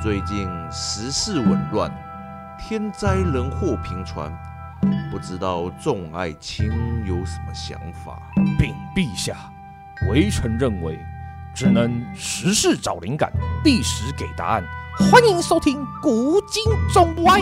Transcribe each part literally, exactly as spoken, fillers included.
最近时事紊乱，天灾人祸频传，不知道众爱卿有什么想法？ 禀陛下，微臣认为只能时事找灵感，历史给答案。欢迎收听《古今中歪》。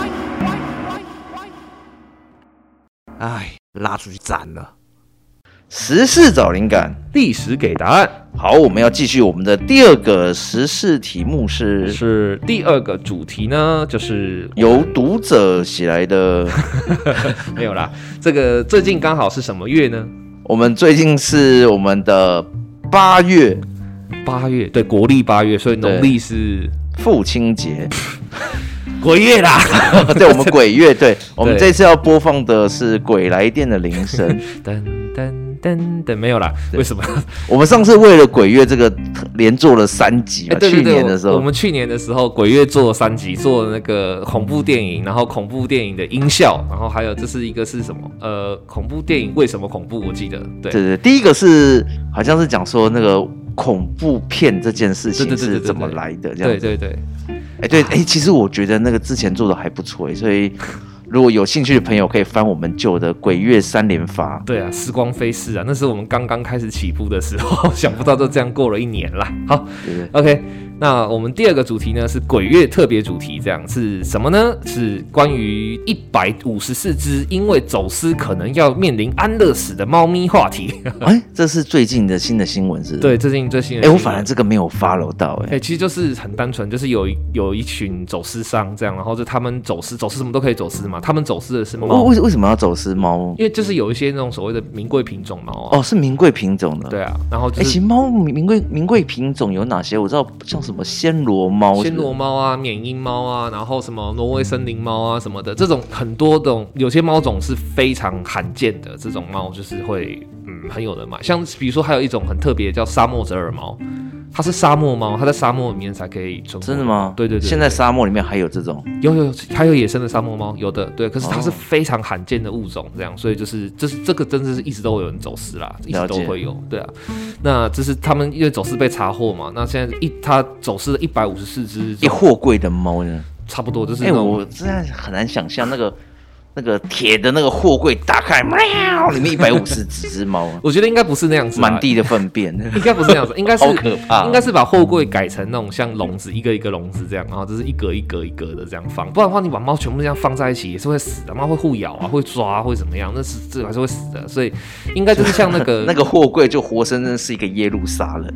哎，拉出去斩了！ 时事找灵感， 历史给答案。 好，我们要继续我们的第二个时事题目是是第二个主题呢，就是由读者写来的。 没有啦，这个最近刚好是什么月呢？ 我们最近是我们的八月， 八月对，国历八月，所以农历是父亲节。 鬼月啦， 对，我们鬼月，对，我们这次要播放的是鬼来电的铃声。 噔噔噔噔，没有啦，为什么？ 我们上次为了鬼月这个连做了三集嘛，欸、对对对，去年的时候， 我们去年的时候鬼月做了三集，做了那个恐怖电影，然后恐怖电影的音效，然后还有这是一个是什么？呃，恐怖电影为什么恐怖？我记得，对对对，第一个是好像是讲说那个恐怖片这件事情是怎么来的，这样子。对对对。哎、欸，对，哎、欸，其实我觉得那个之前做的还不错，所以如果有兴趣的朋友可以翻我们旧的《鬼月三连发》。 对啊，时光飞逝啊，那是我们刚刚开始起步的时候，想不到就这样过了一年啦。好对对 ，OK， 那我们第二个主题呢是鬼月特别主题，这样是什么呢？是关于一百五十四只因为走失可能要面临安乐死的猫咪话题。 哎、欸，这是最近的新的新闻是不是？ 对，最近最新的。 哎、欸，我反而这个没有 follow 到、欸，哎、 欸，其实就是很单纯，就是有有一群走失商这样，然后就他们走失，走失什么都可以走失嘛，他们走失的是猫。 为为什么要走失猫？ 因为就是有一些那种所谓的名贵品种猫啊。 哦，是名贵品种的。 对啊，然后就是。 哎、欸，其实猫名贵名贵品种有哪些？我知道像什么暹罗猫、 暹罗猫啊、缅因猫啊，然后什么挪威森林猫啊什么的，这种很多种，有些猫种是非常罕见的，这种猫就是会嗯很有人买。像比如说还有一种很特别叫沙漠折耳猫。它是沙漠猫，它在沙漠里面才可以存活。 真的吗？ 对对 对, 对。 现在沙漠里面还有这种？ 有有有，还有野生的沙漠猫，有的对。可是它是非常罕见的物种，这样，所以就是这是这个真的是一直都会有人走失啦，一直都会有，对啊。那这是他们因为走失被查获嘛，那现在一它走失了一百五十四只， 一货柜的猫呢？ 差不多就是。 哎、欸，我真的很难想象那个。那个铁的那个货柜打开，喵，里面一百五十只猫。 我觉得应该不是那样子， 满地的粪便。 应该不是那样子，应该是好可怕、哦。 应该是把货柜改成那种像笼子，一个一个笼子这样，然后就是一格一格一格的这样放。不然的话，你把猫全部这样放在一起，也是会死的。猫会互咬啊，会抓，会怎么样？那是这还是会死的。所以应该就是像那个那个货柜，就活生生是一个耶路撒冷。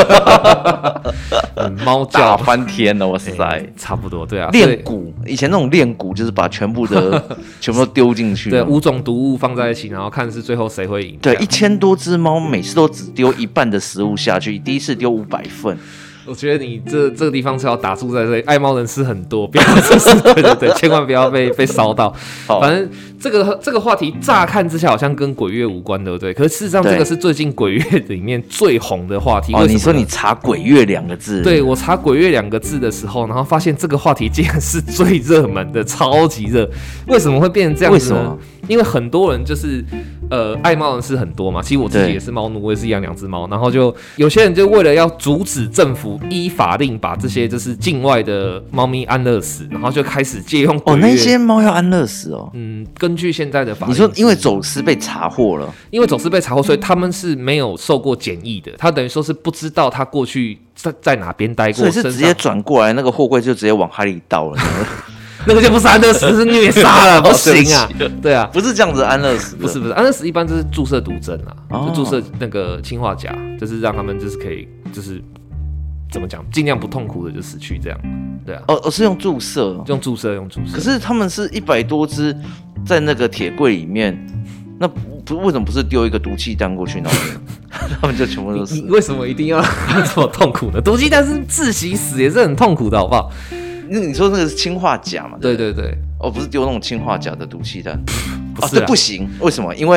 猫叫打翻天了，哇塞、欸！ 差不多，对啊。 炼蛊，以前那种炼蛊就是把全部的全部都丢进去。 对，五种毒物放在一起，然后看是最后谁会赢。 对，一千多只猫，每次都只丢一半的食物下去，第一次丢五百份。 我觉得你这这个地方是要打住在这里，爱猫人士很多，不要就是对对对，千万不要被被烧到。反正这个这个话题乍看之下好像跟鬼月无关，对不对？可是事实上，这个是最近鬼月里面最红的话题。 哦，你说你查鬼月两个字？ 对，我查鬼月两个字的时候，然后发现这个话题竟然是最热门的，超级热。为什么会变成这样子呢？为什么？因为很多人就是呃爱猫人士很多嘛，其实我自己也是猫奴，我也是养两只猫，然后就有些人就为了要阻止政府依法令把这些就是境外的猫咪安乐死，然后就开始借用鬼月。 哦，那些猫要安乐死哦。 嗯，根据现在的法令， 你说因为走失被查获了， 因为走失被查获，所以他们是没有受过检疫的，他等于说是不知道他过去在在哪边待过， 所以是直接转过来，那个货柜就直接往海里倒了。 那个就不是安乐死，是虐杀了，不行啊！对啊， 不是这样子安乐死， 不是不是安乐死，一般就是注射毒针啊，哦、就注射那个氰化钾，就是让他们就是可以就是怎么讲，尽量不痛苦的就死去这样。对啊， 哦，是用注射， 用注射，用注射。 可是他们是一百多只在那个铁柜里面，那不为什么不是丢一个毒气弹过去，然后他们就全部都死？ 你为什么一定要这么痛苦呢？毒气弹是窒息死，也是很痛苦的，好不好？ 你说那个是氰化钾嘛？ 对对对， 哦，不是丢那种氰化钾的毒气弹， 不是、啊哦，这不行。为什么？因为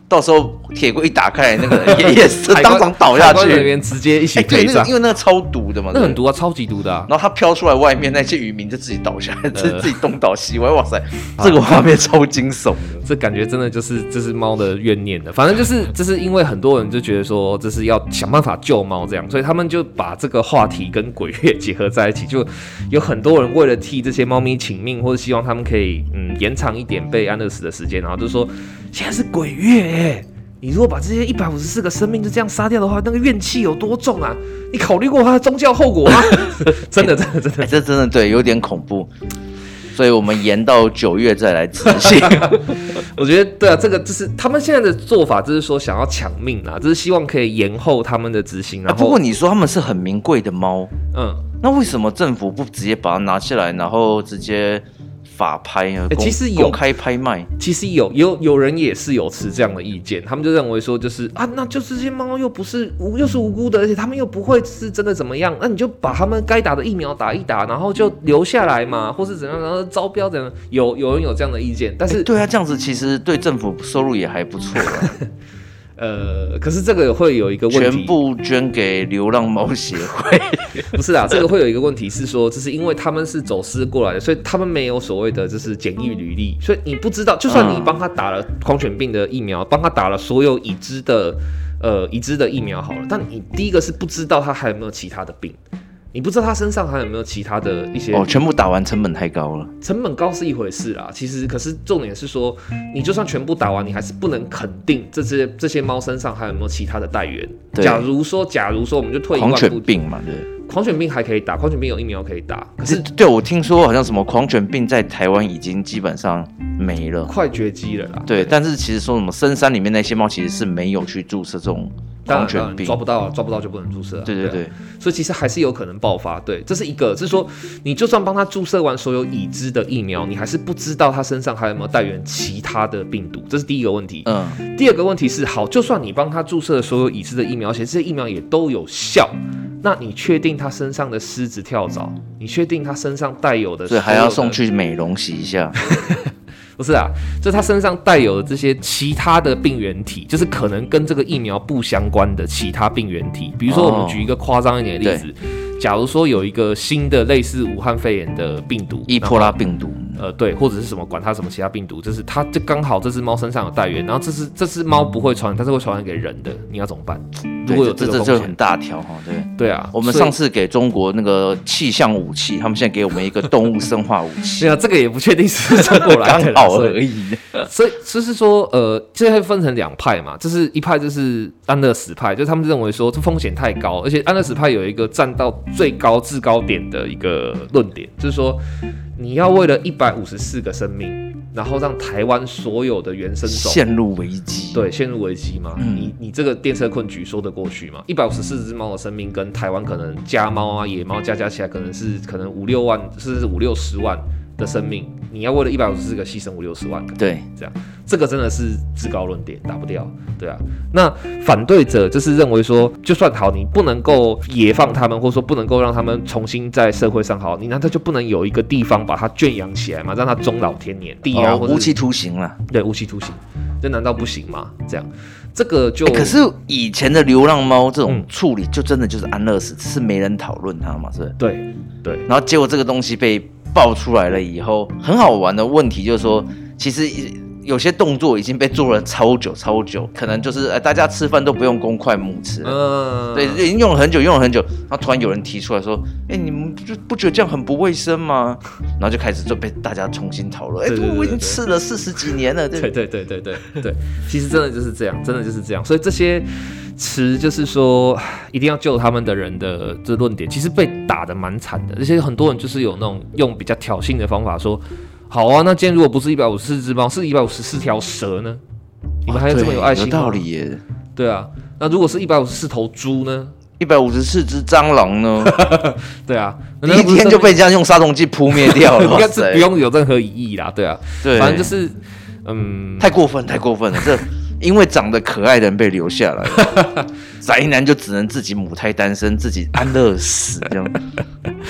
到时候铁柜一打开来，那个人也也是当场倒下去， 人员直接一起陪葬、欸那個，因为那个超毒的嘛， 那很毒啊，超级毒的、啊。 然后他飘出来外面，那些渔民就自己倒下来，自、呃、自己东倒西歪，哇塞，这个画面超惊悚的， 这感觉真的就是这是猫的怨念的。反正就是这是因为很多人就觉得说这是要想办法救猫这样，所以他们就把这个话题跟鬼月结合在一起，就有很多人为了替这些猫咪请命，或者希望他们可以嗯延长一点被安乐死的时间，然后就说现在是鬼月哎、欸。你如果把这些一百五十四个生命就这样杀掉的话，那个怨气有多重啊？你考虑过它的宗教后果吗？真的，真的，真的， 欸、这真的对，有点恐怖。所以我们延到九月再来执行。 我觉得对啊，这个就是他们现在的做法，就是说想要抢命啊，就是希望可以延后他们的执行。然后、 啊，不过你说他们是很名贵的猫， 嗯， 那为什么政府不直接把它拿下来，然后直接？法拍啊、欸， 其实有公开拍卖， 其实有有有人也是有持这样的意见，他们就认为说，就是啊，那就这些猫又不是无又是无辜的，而且他们又不会是真的怎么样，那你就把他们该打的疫苗打一打，然后就留下来嘛，或是怎样，然后招标怎样，有有人有这样的意见，但是、欸、 对啊，这样子其实对政府收入也还不错啊。 呃，可是这个会有一个问题， 全部捐给流浪猫协会。 不是啊，这个会有一个问题是说，就是因为他们是走私过来的，所以他们没有所谓的就是检疫履历，所以你不知道，就算你帮他打了狂犬病的疫苗，帮他打了所有已知的呃已知的疫苗好了，但你第一个是不知道他还有没有其他的病。你不知道他身上还有没有其他的一些哦，全部打完成本太高了。 成本高是一回事啦，其实可是重点是说，你就算全部打完，你还是不能肯定这些这些猫身上还有没有其他的带源。假如说，假如说我们就退一万步， 狂犬病嘛，对。 狂犬病还可以打，狂犬病有疫苗可以打。可是， 对我听说好像什么狂犬病在台湾已经基本上没了， 快绝迹了啦。 对，但是其实说什么深山里面那些猫其实是没有去注射这种狂犬病， 抓不到啊，抓不到就不能注射、啊。 对对 对, 对、啊， 所以其实还是有可能爆发。对，这是一个，就是说你就算帮他注射完所有已知的疫苗，你还是不知道他身上还有没有带源其他的病毒，这是第一个问题。嗯，第二个问题是，好，就算你帮他注射了所有已知的疫苗，而且这些疫苗也都有效。那你确定他身上的虱子跳蚤？你确定他身上带有的？ 所以还要送去美容洗一下。 不是啊，就是他身上带有的这些其他的病原体，就是可能跟这个疫苗不相关的其他病原体。比如说，我们举一个夸张一点的例子，哦、假如说有一个新的类似武汉肺炎的病毒， 伊波拉病毒， 呃，对，或者是什么，管它什么其他病毒，就是它就刚好这只猫身上有带源，然后这只这只猫不会传，但是会传染给人的，你要怎么办？如果有这个风险， 这就很大条哈，对对啊。 我们上次给中国那个气象武器，他们现在给我们一个动物生化武器， 对啊，这个也不确定是不是中国来的， 刚好而已。 所以就是说，呃，现在分成两派嘛，就是一派就是安乐死派，就是他们认为说这风险太高，而且安乐死派有一个站到最高制高点的一个论点，就是说你要为了一百五十四个生命，然后让台湾所有的原生种陷入危机， 对，陷入危机嘛？嗯、你你这个电车困局说得过去吗？一百五十四只猫的生命跟台湾可能家猫啊、野猫加加起来，可能是可能五六万，甚至是五六十万的生命，你要为了一百五十四个牺牲五六十万个， 对， 这样这个真的是至高论点，打不掉，对啊。那反对者就是认为说，就算好，你不能够野放他们，或者说不能够让他们重新在社会上好，你难道就不能有一个地方把它圈养起来吗？让它终老天年，地啊， 哦、 或者无期徒刑啦， 对，无期徒刑，这难道不行吗？这样，这个就、 欸、可是以前的流浪猫这种处理，就真的就是安乐死，只是没人讨论它嘛，是不是？ 对对。 然后结果这个东西被爆出来了以后，很好玩的问题就是说，其实有些动作已经被做了超久超久，可能就是、呃、大家吃饭都不用公筷母匙了，嗯，对，已经用了很久，用了很久，然后突然有人提出来说，哎、欸，你们不不觉得这样很不卫生吗？然后就开始就被大家重新讨论，哎、欸，我已经吃了四十几年了，对对对对对对对，其实真的就是这样，真的就是这样，所以这些词就是说一定要救他们的人的这论点，其实被打得蛮惨的，而且很多人就是有那种用比较挑衅的方法说。好啊，那今天如果不是一百五十四只猫，是一百五十四条蛇呢？你们还有这么有爱心吗？ 有道理耶。 对啊，那如果是一百五十四头猪呢？ 一百五十四只蟑螂呢？ 对啊， 第一天就被这样用杀虫剂扑灭掉了， 应该是不用有任何疑义啦。对啊， 对， 反正就是嗯， 太过分，太过分了。这因为长得可爱的人被留下来了，宅男就只能自己母胎单身，自己安乐死，这样太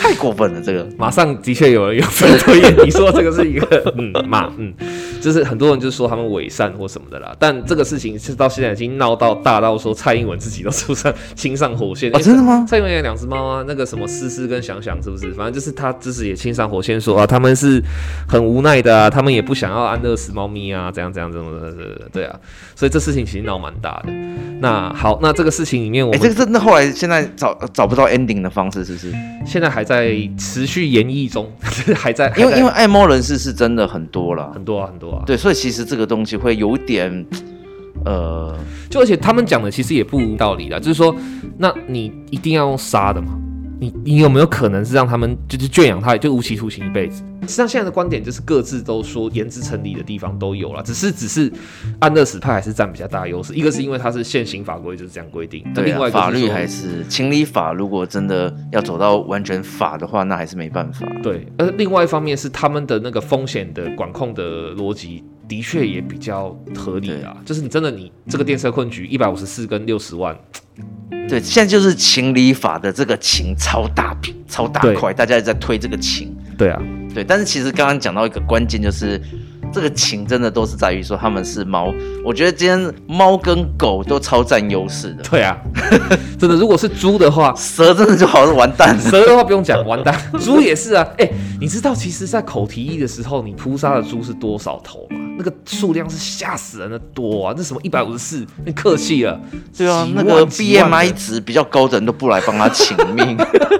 太过分了，这个马上的确有人有人推演，你说这个是一个嗯嘛嗯，就是很多人就说他们伪善或什么的啦，但这个事情是到现在已经闹到大到说蔡英文自己都出上亲上火线。 哦，真的吗？ 蔡英文有两只猫啊，那个什么思思跟想想是不是？反正就是他自己也亲上火线说啊，他们是很无奈的啊，他们也不想要安乐死猫咪啊，怎样怎样怎样的，对啊，所以这事情其实闹蛮大的。那好，那这个事情里面我们， 哎、欸，这个真的后来现在找找不到 ending 的方式，是不是？ 现在还在持续研议中，还在， 因为因为爱猫人士是真的很多了， 很多啊很多啊， 对，所以其实这个东西会有点，呃， 就而且他们讲的其实也不无道理啦，就是说，那你一定要用杀的嘛？你你有没有可能是让他们就是圈养他，就无期徒刑一辈子？实际上现在的观点就是各自都说言之成理的地方都有啦，只是只是安乐死派还是占比较大的优势。一个是因为它是现行法规就是这样规定， 对、啊， 另外一个是法律还是情理法，如果真的要走到完全法的话，那还是没办法。 对，而另外一方面是他们的那个风险的管控的逻辑。的确也比较合理啦，就是你真的你这个电车困局一百五十四跟六十万， 对，现在就是情理法的这个情超大超大块，大家也在推这个情， 对啊， 对，但是其实刚刚讲到一个关键就是。这个情真的都是在于说他们是猫，我觉得今天猫跟狗都超占优势的。 对啊，真的，如果是猪的话， 蛇真的就好像完蛋了。 蛇的话不用讲，完蛋。猪也是啊，哎、欸，你知道其实，在口蹄疫的时候，你扑杀的猪是多少头吗？那个数量是吓死人的多啊！那什么一百五十四，那客气了。 对啊，那个 B M I 值比较高的人都不来帮他请命。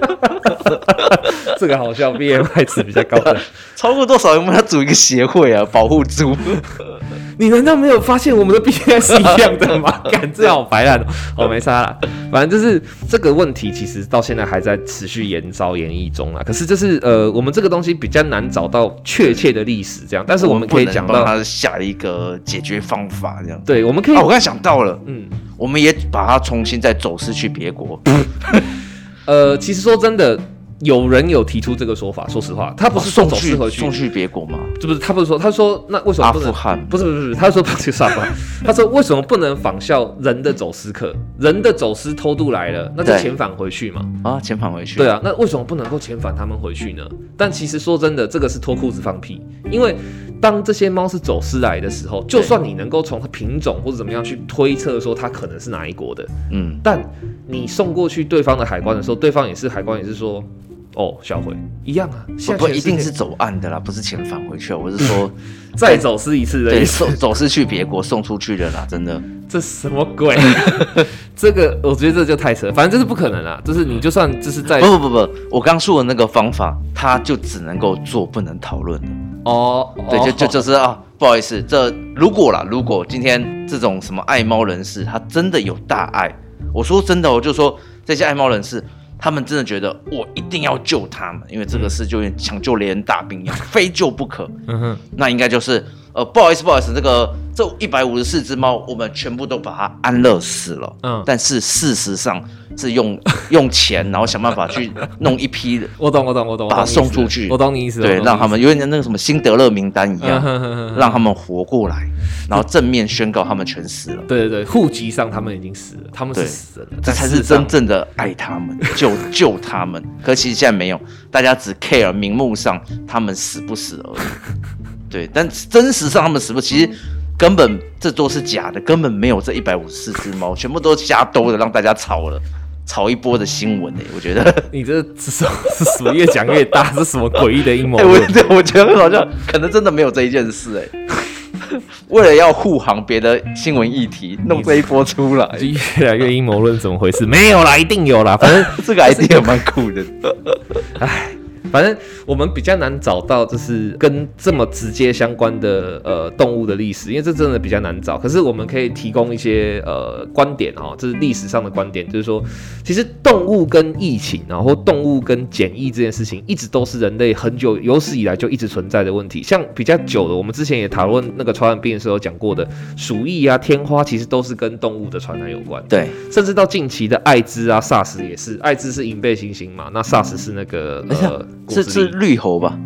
这个好笑 ，B M I 值比较高的， 超过多少人我们要组一个协会啊，保护猪。 你难道没有发现我们的 B M I 是一样的吗？干，这好白烂哦，没差啦。反正就是这个问题，其实到现在还在持续研烧研议中啦。可是就是呃，我们这个东西比较难找到确切的历史，这样，但是我们可以讲到他下一个解决方法，这样。 对，我们可以。 啊，我刚才想到了， 嗯， 我们也把它重新再走失去别国。 呃，其实说真的。有人有提出这个说法，说实话，他不是说走失回去， 送去别国吗？ 是不是？他不是说，他说那为什么不能？ 阿富汗不是不是不是，他说不是阿富汗，他说为什么不能仿效人的走私客？人的走私偷渡来了，那就遣返回去嘛。 啊，遣返回去。 对啊，那为什么不能够遣返他们回去呢？但其实说真的，这个是脱裤子放屁，因为当这些猫是走私来的时候，就算你能够从它品种或者怎么样去推测说它可能是哪一国的，嗯，但你送过去对方的海关的时候，对方也是海关也是说。哦，销毁一样啊， 不不一定是走岸的啦，不是遣返回去，我是说再走私一次的意思， 对，走私去别国送出去的啦，真的， 这什么鬼？这个我觉得这就太扯，反正这是不可能啦，就是你就算就是在不不不不，我刚说的那个方法，它就只能够做，不能讨论哦。 对，就就就是啊，不好意思，这如果啦，如果今天这种什么爱猫人士，他真的有大爱，我说真的，我就说这些爱猫人士。他们真的觉得我一定要救他们，因为这个事就有点抢救连人大兵一样，非救不可。嗯哼，那应该就是呃，不好意思，不好意思，这个这一百五十四只猫，我们全部都把它安乐死了。嗯，但是事实上是用用钱，然后想办法去弄一批。 我懂，我懂，我懂， 把它送出去。 我懂你意思。 对，让他们有点那个什么辛德勒名单一样，嗯、让他们活过来，然后正面宣告他们全死了。 对对对，户籍上他们已经死了，他们是死人了， 这才是真正的爱他们，救救他们。可其实现在没有，大家只 care 名目上他们死不死而已。对，但真实上他们死不，其实根本这都是假的，根本没有这一百五十四只猫，全部都瞎兜的，让大家吵了，吵一波的新闻哎、欸，我觉得你这是什么？是什么越讲越大？是什么诡异的阴谋论？欸、我我觉得好像可能真的没有这一件事哎、欸，为了要护航别的新闻议题，弄这一波出来， 就越来越阴谋论，怎么回事？没有啦，一定有啦，反正这个 idea 蛮酷的， 哎。反正我们比较难找到，就是跟这么直接相关的呃动物的历史，因为这真的比较难找。可是我们可以提供一些呃观点哦，这是历史上的观点，就是说，其实动物跟疫情啊，或动物跟检疫这件事情，一直都是人类很久有史以来就一直存在的问题。像比较久的，我们之前也讨论那个传染病的时候讲过的，鼠疫啊、天花，其实都是跟动物的传染有关。 对， 甚至到近期的艾滋啊、SARS 也是，艾滋是银背猩猩嘛，那 SARS 是那个呃。 是是绿猴吧？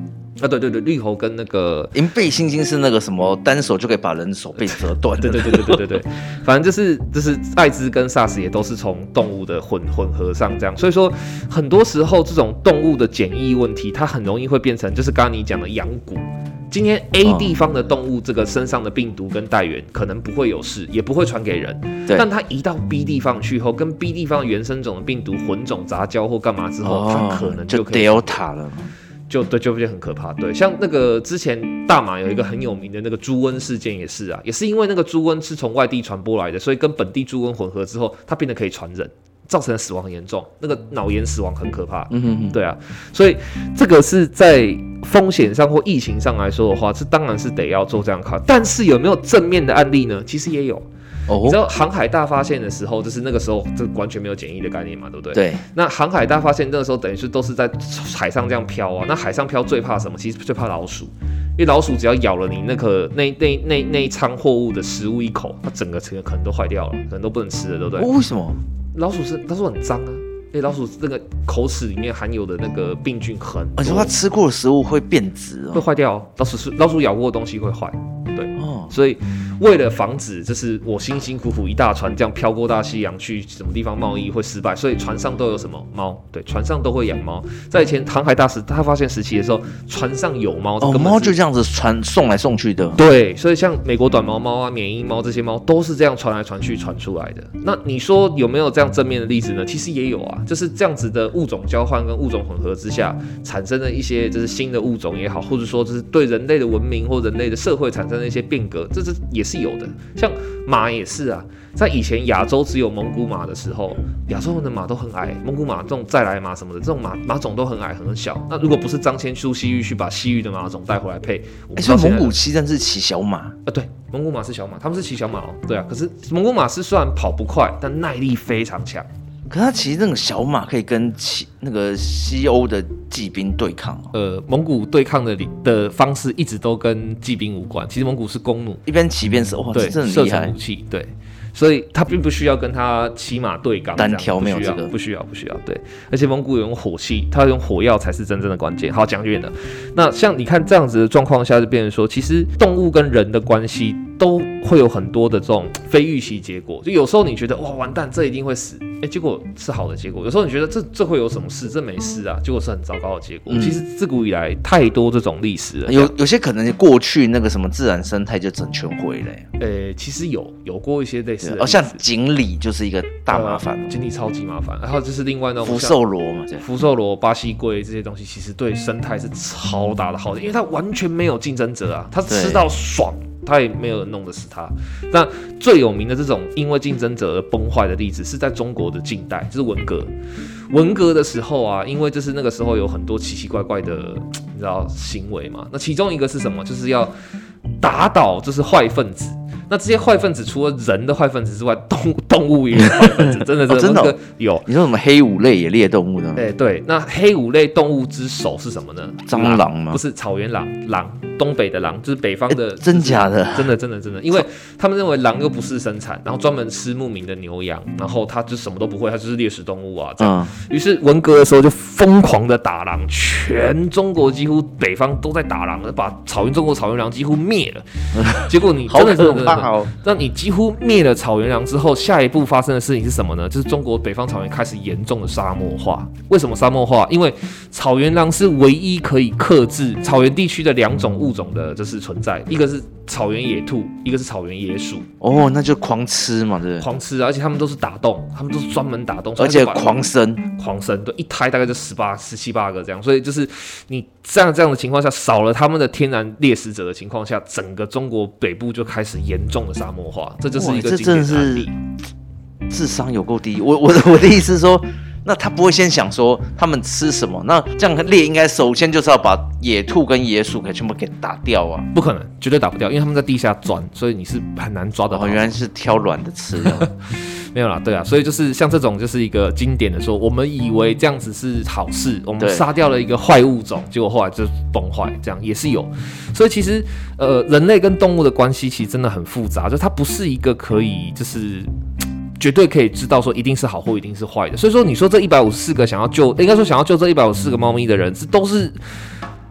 啊，对对对，绿猴跟那个银背猩猩是那个什么单手就可以把人手被折断的。 对对对对对对对，反正就是就是艾滋跟 SARS 也都是从动物的混混合上这样，所以说很多时候这种动物的检疫问题，它很容易会变成就是刚刚你讲的养蛊。今天 A 地方的动物这个身上的病毒跟带源可能不会有事，也不会传给人，但它移到 B 地方去后，跟 B 地方的原生种的病毒混种杂交或干嘛之后，它、哦、可能就可以 Delta 了。 就对，就变很可怕。对，像那个之前大马有一个很有名的那个猪瘟事件也是啊，也是因为那个猪瘟是从外地传播来的，所以跟本地猪瘟混合之后，它变得可以传人，造成死亡很严重，那个脑炎死亡很可怕。嗯哼哼，对啊，所以这个是在风险上或疫情上来说的话，这当然是得要做这样看。但是有没有正面的案例呢？其实也有。Oh. 你知道航海大发现的时候，就是那个时候这完全没有检疫的概念嘛，对不对？对。那航海大发现那个时候，等于是都是在海上这样飘啊。那海上飘最怕什么？其实最怕老鼠，因为老鼠只要咬了你那个那那那那一仓货物的食物一口，它整个可能都坏掉了，可能都不能吃了，对不对？ 哦、为什么？ 老鼠是老鼠很脏啊，因为老鼠那个口齿里面含有的那个病菌很多。 你说它吃过的食物会变质、哦， 会坏掉、哦。老鼠是老鼠咬过的东西会坏，对。哦。所以为了防止，就是我辛辛苦苦一大船这样飘过大西洋去什么地方贸易会失败，所以船上都有什么猫？对，船上都会养猫。在以前航海大时他发现时期的时候，船上有猫， 哦，猫就这样子传送来送去的。 对，所以像美国短毛猫啊、缅因猫这些猫都是这样传来传去传出来的。那你说有没有这样正面的例子呢？其实也有啊，就是这样子的物种交换跟物种混合之下产生的一些就是新的物种也好，或者说就是对人类的文明或人类的社会产生的一些变革，这这也是有的。像马也是啊，在以前亚洲只有蒙古马的时候，亚洲人的马都很矮，蒙古马这种再来马什么的，这种马马种都很矮很小。那如果不是张骞出西域去把西域的马种带回来配， 哎、欸，所以蒙古骑真是骑小马啊？ 对，蒙古马是小马，他们是骑小马哦。对啊，可是蒙古马是虽然跑不快，但耐力非常强。 可是他骑那种小马可以跟骑那个西欧的骑兵对抗、哦。 呃，蒙古对抗的的方式一直都跟骑兵无关。其实蒙古是弓弩， 一边骑边射，哇， 对， 这很厉害。 射程武器，对，所以他并不需要跟他骑马对刚， 单挑没有这个， 不需要，不需要，对。而且蒙古有用火器，他用火药才是真正的关键。好，讲远了。那像你看这样子的状况下，就变成说，其实动物跟人的关系都会有很多的这种非预期结果。就有时候你觉得哇完蛋，这一定会死。哎，结果是好的结果。有时候你觉得这这会有什么事？这没事啊，结果是很糟糕的结果。嗯、其实自古以来太多这种历史了， 有有些可能过去那个什么自然生态就整全毁了。 呃，其实有有过一些类似的， 哦，像锦鲤就是一个大麻烦、哦， 锦鲤超级麻烦。然后就是另外那种福寿螺嘛， 福寿螺、巴西龟这些东西，其实对生态是超大的耗损，因为它完全没有竞争者啊，它吃到爽。他也没有人弄得死他。那最有名的这种因为竞争者而崩坏的例子，是在中国的近代，就是文革。文革的时候啊，因为就是那个时候有很多奇奇怪怪的，你知道行为嘛？那其中一个是什么？就是要打倒就是坏分子。那这些坏分子除了人的坏分子之外，动动物也有坏分子，真的真的、哦、真的、哦、有。 你说什么黑五类也列动物呢？ 哎、欸，对，那黑五类动物之首是什么呢？ 蟑螂吗？ 不是草原狼，狼，东北的狼，就是北方的。欸、 真假的？ 真的真的真的，因为他们认为狼又不是生产，然后专门吃牧民的牛羊，然后它就什么都不会，它就是猎食动物啊。这样。于、嗯、是文革的时候就疯狂的打狼，全中国几乎北方都在打狼，把草原中国草原狼几乎灭了。结果你真的真的真的。好，那你几乎灭了草原狼之后，下一步发生的事情是什么呢？就是中国北方草原开始严重的沙漠化。为什么沙漠化？因为草原狼是唯一可以克制草原地区的两种物种的，就是存在，一个是草原野兔，一个是草原野鼠。 哦，那就狂吃嘛，对不对？ 狂吃，而且他们都是打洞，他们都是专门打洞， 而且狂生， 狂生，对，一胎大概就十八、十七八个这样。所以就是你这样这样的情况下，少了他们的天然猎食者的情况下，整个中国北部就开始严重的沙漠化，这就是一个经典的案例。 智商有够低。我我的我的意思是说，那他不会先想说他们吃什么？那这样猎应该首先就是要把野兔跟野鼠给全部给打掉啊！ 不可能，绝对打不掉，因为他们在地下钻，所以你是很难抓得到。 哦，原来是挑软的吃。 没有啦，对啊，所以就是像这种就是一个经典的说，我们以为这样子是好事，我们杀掉了一个坏物种，结果后来就崩坏，这样也是有。所以其实呃，人类跟动物的关系其实真的很复杂，就它不是一个可以就是绝对可以知道说一定是好或一定是坏的。所以说你说这一百五十四个想要救，应该说想要救这一百五十四个猫咪的人，是都是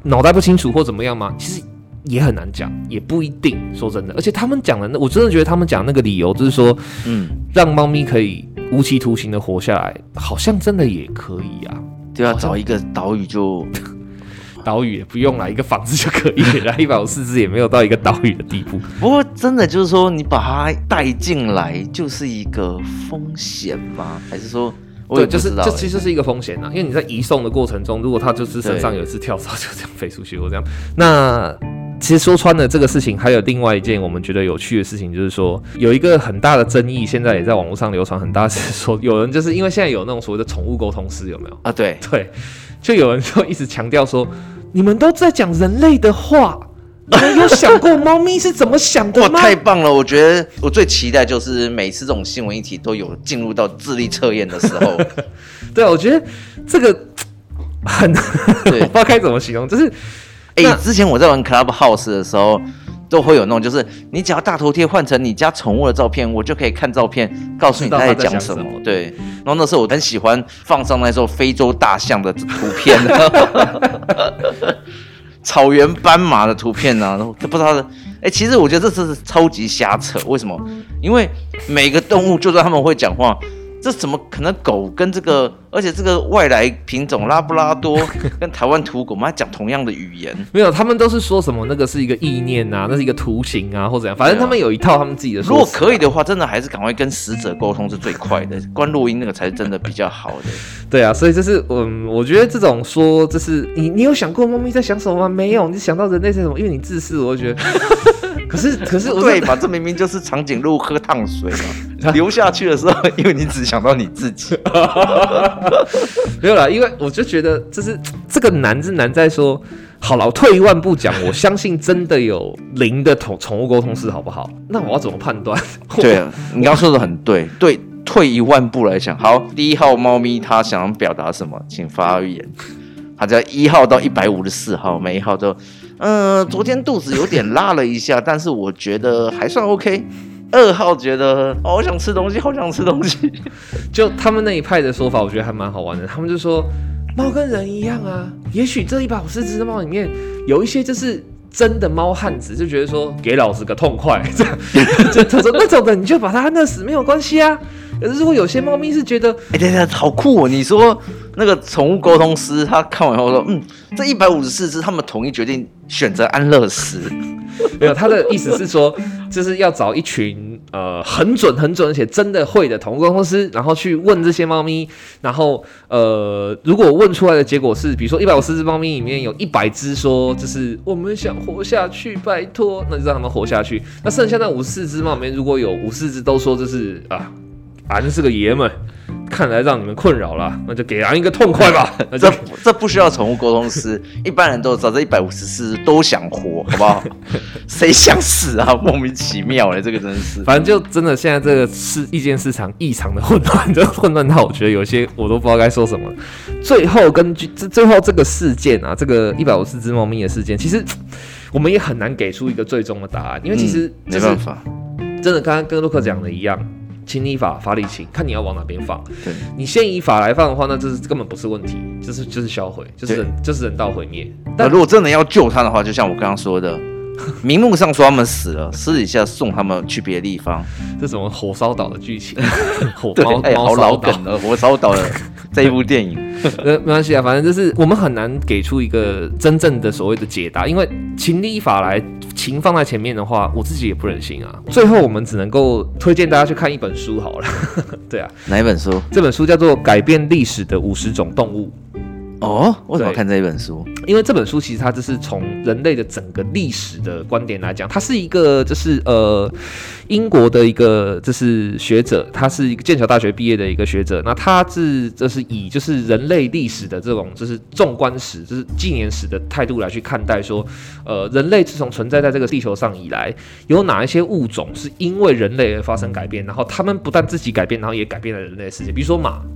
脑袋不清楚或怎么样吗？其实也很难讲，也不一定。说真的，而且他们讲的，我真的觉得他们讲那个理由就是说，嗯，让猫咪可以无期徒刑的活下来，好像真的也可以啊。 对啊，找一个岛屿就。 岛屿也不用啦，一个房子就可以了，一百五十四只也没有到一个岛屿的地步。 不过真的就是说，你把它带进来就是一个风险吗？还是说，我也不知道、欸， 对，就是这其实是一个风险啊，因为你在移送的过程中，如果它就是身上有一次跳蚤就这样飞出去或这样，那其实说穿了这个事情，还有另外一件我们觉得有趣的事情，就是说有一个很大的争议，现在也在网络上流传很大，是说有人就是因为现在有那种所谓的宠物沟通师，有没有啊？对对。就有人就一直强调说，你们都在讲人类的话，你们有想过猫咪是怎么想的吗？ 哇，太棒了！我觉得我最期待就是每次这种新闻议题都有进入到智力测验的时候。 对啊，我觉得这个很我不知道该怎么形容，就是哎、欸，之前我在玩 Clubhouse 的时候。都会有那种，就是你只要大头贴换成你家宠物的照片，我就可以看照片，告诉你他在讲什么。对，然后那时候我很喜欢放上那时候非洲大象的图片，草原斑马的图片啊，不知道的。哎、欸，其实我觉得这是超级瞎扯。为什么？因为每个动物，就算他们会讲话。这怎么可能？狗跟这个，而且这个外来品种拉布拉多跟台湾土狗，我们还讲同样的语言。 没有，他们都是说什么那个是一个意念啊，那是一个图形啊，或怎样，反正他们有一套他们自己的说法、啊。 如果可以的话，真的还是赶快跟死者沟通是最快的，关录音那个才是真的比较好的。 对啊，所以这是嗯，我觉得这种说，这是你你有想过猫咪在想什么吗？没有，你想到人类在什么？因为你自私，我觉得。可是可是我对吧？这明明就是长颈鹿喝烫水嘛，流下去的时候，因为你只想到你自己。 没有啦，因为我就觉得这是这个难是难在说，好了，我退一万步讲，我相信真的有零的宠物沟通师，好不好？那我要怎么判断？ 对啊，你刚刚说的很对，对，退一万步来讲，好，第一号猫咪它想要表达什么，请发言。它在一号到一百五十四号，每一号都。嗯、呃，昨天肚子有点拉了一下，但是我觉得还算 OK。二号觉得好想吃东西，好想吃东西。 就他们那一派的说法，我觉得还蛮好玩的。他们就说，猫跟人一样啊，也许这一百五十只的猫里面有一些就是真的猫汉子，就觉得说给老子个痛快，这样。就他说那种的你就把它按死没有关系啊。可是如果有些猫咪是觉得， 哎、欸，等等，好酷哦！你说那个宠物沟通师他看完后说，嗯，这一百五十四只，他们统一决定选择安乐死。 没有，他的意思是说，就是要找一群呃很准、很准而且真的会的宠物沟通师，然后去问这些猫咪，然后呃，如果问出来的结果是，比如说一百五十只猫咪里面有一百只说，就是我们想活下去，拜托，那就让他们活下去。那剩下那五十四只猫里面，如果有五十四只都说就是啊。俺是个爷们，看来让你们困扰了，那就给俺一个痛快吧。那这这不需要宠物沟通师，一般人都知道，这一百五十四都想活，好不好？谁想死啊？莫名其妙的，这个真的是。 反正就真的现在这个市意见市场异常的混乱，就混乱到我觉得有些我都不知道该说什么。最后根据最后这个事件啊，这个一百五十只猫咪的事件，其实我们也很难给出一个最终的答案，因为其实、就是、 没办法， 真的刚刚跟洛克讲的一样。情理法，法理情，看你要往哪边放。对，你先以法来放的话，那这是根本不是问题，就是就是销毁，就是人就是人道毁灭。 但如果真的要救他的话，就像我刚刚说的，明目上说他们死了，私底下送他们去别的地方。 这什么火烧岛的剧情？火猫哎，好老梗了，火烧岛的这一部电影。 呃，没关系啊，反正就是我们很难给出一个真正的所谓的解答，因为情理法来。情放在前面的话，我自己也不忍心啊。最后我们只能够推荐大家去看一本书好了。对啊， 哪一本书？ 这本书叫做《改变历史的五十种动物》。 哦，为什么要看这一本书？ 因为这本书其实它就是从人类的整个历史的观点来讲，它是一个就是呃英国的一个就是学者，他是一个剑桥大学毕业的一个学者，那他是就是以就是人类历史的这种就是纵观史，就是纪年史的态度来去看待说，呃人类自从存在在这个地球上以来，有哪一些物种是因为人类而发生改变，然后他们不但自己改变，然后也改变了人类的世界，比如说马。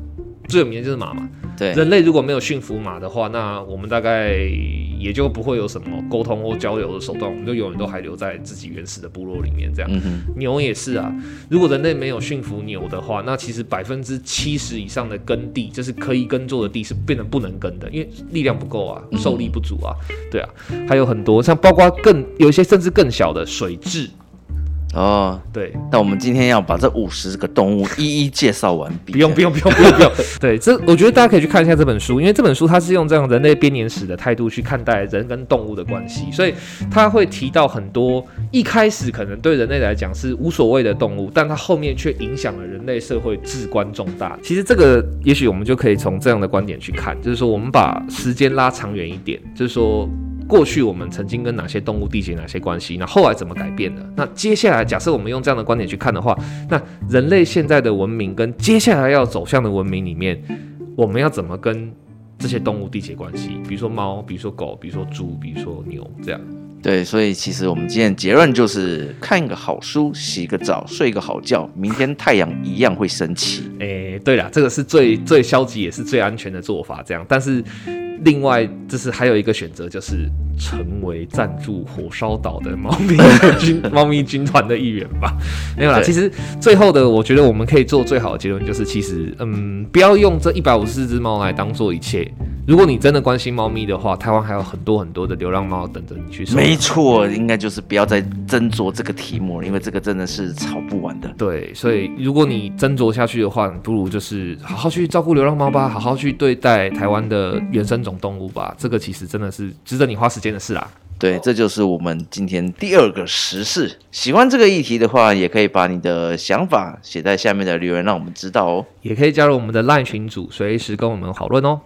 最有名的就是马嘛。 对， 人类如果没有驯服马的话，那我们大概也就不会有什么沟通或交流的手段，我们就永远都还留在自己原始的部落里面这样。嗯、牛也是啊，如果人类没有驯服牛的话，那其实百分之七十以上的耕地，就是可以耕作的地是变得不能耕的，因为力量不够啊，受力不足啊，对啊，还有很多像包括更有一些甚至更小的水蛭。 哦， 对， 那我们今天要把这五十个动物一一介绍完毕。 不用，不用，不用，不用，不用。对，这我觉得大家可以去看一下这本书，因为这本书它是用这样人类编年史的态度去看待人跟动物的关系，所以它会提到很多一开始可能对人类来讲是无所谓的动物，但它后面却影响了人类社会至关重大。其实这个也许我们就可以从这样的观点去看，就是说我们把时间拉长远一点，就是说。过去我们曾经跟哪些动物缔结哪些关系？那后来怎么改变的？那接下来假设我们用这样的观点去看的话，那人类现在的文明跟接下来要走向的文明里面，我们要怎么跟这些动物缔结关系？比如说猫，比如说狗，比如说猪，比如说牛，这样。 对，所以其实我们今天的结论就是：看一个好书，洗个澡，睡个好觉，明天太阳一样会升起。 哎，对啦，这个是最最消极也是最安全的做法，这样，但是。另外，就是还有一个选择，就是成为赞助火烧岛的猫咪军猫咪军团的一员吧。没有啦，其实最后的，我觉得我们可以做最好的结论就是，其实嗯，不要用这一百五十四只猫来当做一切。如果你真的关心猫咪的话，台湾还有很多很多的流浪猫等着你去收。 没错，应该就是不要再斟酌这个题目了，因为这个真的是吵不完的。 对，所以如果你斟酌下去的话，不如就是好好去照顾流浪猫吧，好好去对待台湾的原生种动物吧。这个其实真的是值得你花时间的事啦。 对，这就是我们今天第二个时事。喜欢这个议题的话，也可以把你的想法写在下面的留言，让我们知道哦。 也可以加入我们的 LINE 群组，随时跟我们讨论哦。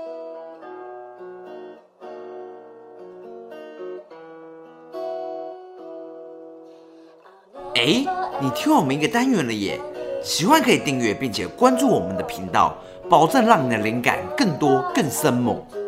哎，你听我们一个单元了耶！喜欢可以订阅并且关注我们的频道，保证让你的灵感更多更生猛。